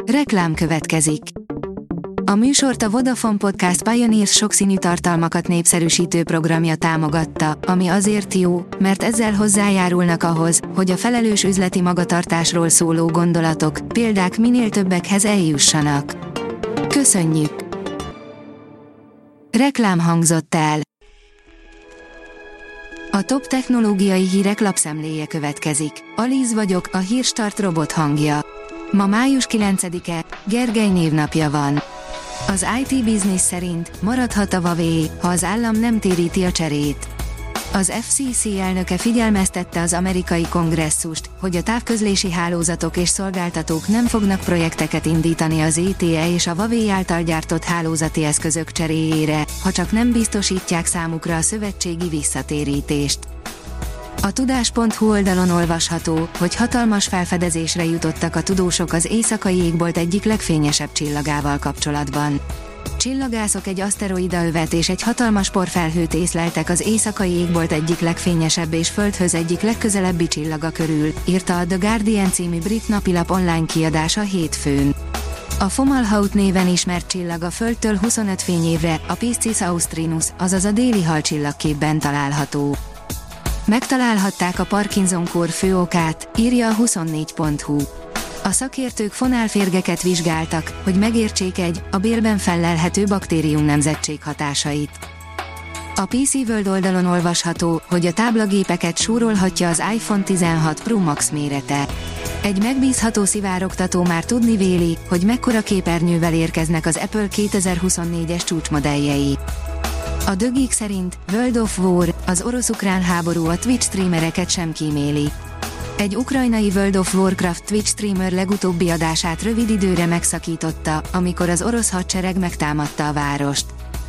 Reklám következik. A műsort a Vodafone Podcast Pioneers sokszínű tartalmakat népszerűsítő programja támogatta, ami azért jó, mert ezzel hozzájárulnak ahhoz, hogy a felelős üzleti magatartásról szóló gondolatok, példák minél többekhez eljussanak. Köszönjük! Reklám hangzott el. A top technológiai hírek lapszemléje következik. Alíz vagyok, a Hírstart robot hangja. Ma május 9-e, Gergely névnapja van. Az IT Business szerint maradhat a Huawei, ha az állam nem téríti a cserét. Az FCC elnöke figyelmeztette az amerikai kongresszust, hogy a távközlési hálózatok és szolgáltatók nem fognak projekteket indítani az ZTE és a Huawei által gyártott hálózati eszközök cseréjére, ha csak nem biztosítják számukra a szövetségi visszatérítést. A tudás.hu oldalon olvasható, hogy hatalmas felfedezésre jutottak a tudósok az éjszakai égbolt egyik legfényesebb csillagával kapcsolatban. Csillagászok egy aszteroidaövet és egy hatalmas porfelhőt észleltek az éjszakai égbolt egyik legfényesebb és Földhöz egyik legközelebbi csillaga körül, írta a The Guardian című brit napilap online kiadása hétfőn. A Fomalhaut néven ismert csillag a Földtől 25 fényévre, a Piscis Austrinus, azaz a déli halcsillagképben található. Megtalálhatták a Parkinson-kór fő okát, írja a 24.hu. A szakértők fonálférgeket vizsgáltak, hogy megértsék a bélben fellelhető baktérium nemzetség hatásait. A PC World oldalon olvasható, hogy a táblagépeket súrolhatja az iPhone 16 Pro Max mérete. Egy megbízható szivárogtató már tudni véli, hogy mekkora képernyővel érkeznek az Apple 2024-es csúcsmodelljei. A The Geek szerint World of War, az orosz-ukrán háború a Twitch streamereket sem kíméli. Egy ukrajnai World of Warcraft Twitch streamer legutóbbi adását rövid időre megszakította, amikor az orosz hadsereg megtámadta a várost.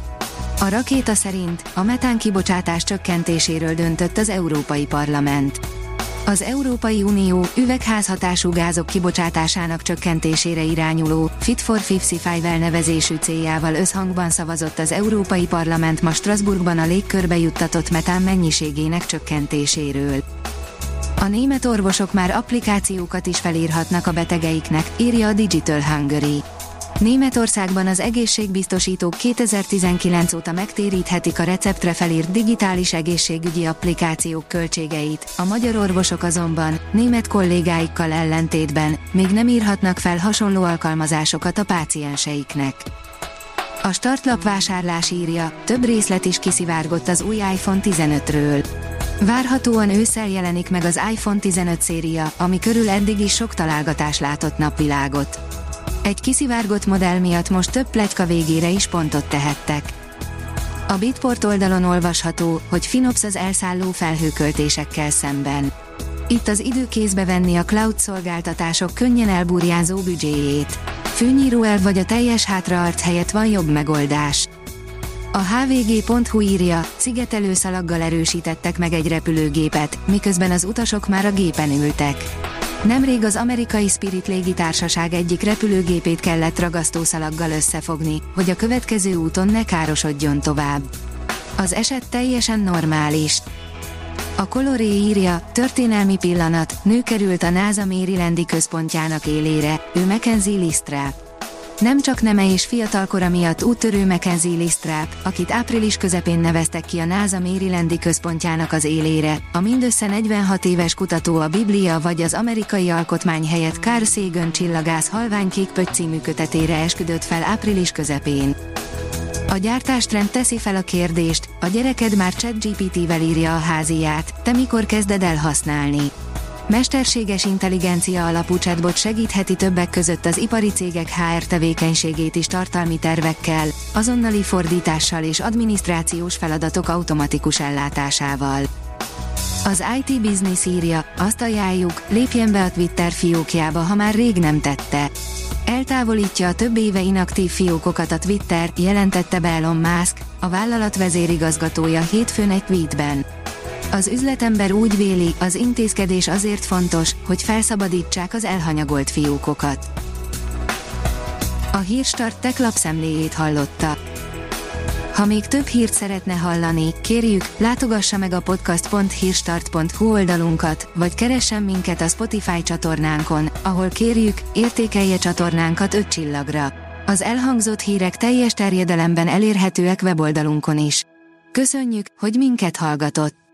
A rakéta szerint a metán kibocsátás csökkentéséről döntött az Európai Parlament. Az Európai Unió üvegházhatású gázok kibocsátásának csökkentésére irányuló Fit for 55 elnevezésű céljával összhangban szavazott az Európai Parlament ma Strasbourgban a légkörbe juttatott metán mennyiségének csökkentéséről. A német orvosok már applikációkat is felírhatnak a betegeiknek, írja a Digital Hungary. Németországban az egészségbiztosítók 2019 óta megtéríthetik a receptre felírt digitális egészségügyi applikációk költségeit, a magyar orvosok azonban, német kollégáikkal ellentétben, még nem írhatnak fel hasonló alkalmazásokat a pácienseiknek. A startlap vásárlás írja, több részlet is kiszivárgott az új iPhone 15-ről. Várhatóan ősszel jelenik meg az iPhone 15 széria, ami körül eddig is sok találgatás látott napvilágot. Egy kiszivárgott modell miatt most több pletyka végére is pontot tehettek. A Bitport oldalon olvasható, hogy FinOps az elszálló felhőköltésekkel szemben. Itt az idő kézbe venni a cloud szolgáltatások könnyen elburjánzó büdzséjét. Fűnyíróelv vagy a teljes hátraarc helyett van jobb megoldás. A hvg.hu írja, szigetelőszalaggal erősítettek meg egy repülőgépet, miközben az utasok már a gépen ültek. Nemrég az amerikai Spirit légitársaság egyik repülőgépét kellett ragasztószalaggal összefogni, hogy a következő úton ne károsodjon tovább. Az eset teljesen normális. A Coloré írja, történelmi pillanat, nő került a NASA Marylandi központjának élére, ő Mackenzie Listrap. Nem csak neme és fiatalkora miatt úttörő Mackenzie Listrap, akit április közepén neveztek ki a NASA Marylandi központjának az élére, a mindössze 46 éves kutató a Biblia vagy az amerikai alkotmány helyett Carl Sagan csillagász halványkék pötty című kötetére esküdött fel április közepén. A gyártástrend teszi fel a kérdést, a gyereked már ChatGPT-vel írja a háziát, te mikor kezded el használni? Mesterséges intelligencia alapú chatbot segítheti többek között az ipari cégek HR tevékenységét is tartalmi tervekkel, azonnali fordítással és adminisztrációs feladatok automatikus ellátásával. Az IT Business írja, azt ajánljuk, lépjen be a Twitter fiókjába, ha már rég nem tette. Eltávolítja a több éve inaktív fiókokat a Twitter, jelentette be Elon Musk, a vállalat vezérigazgatója hétfőn egy tweetben. Az üzletember úgy véli, az intézkedés azért fontos, hogy felszabadítsák az elhanyagolt fiókokat. A Hírstart Tech lapszemléjét hallotta. Ha még több hírt szeretne hallani, kérjük, látogassa meg a podcast.hírstart.hu oldalunkat, vagy keressen minket a Spotify csatornánkon, ahol kérjük, értékelje csatornánkat 5 csillagra. Az elhangzott hírek teljes terjedelemben elérhetőek weboldalunkon is. Köszönjük, hogy minket hallgatott!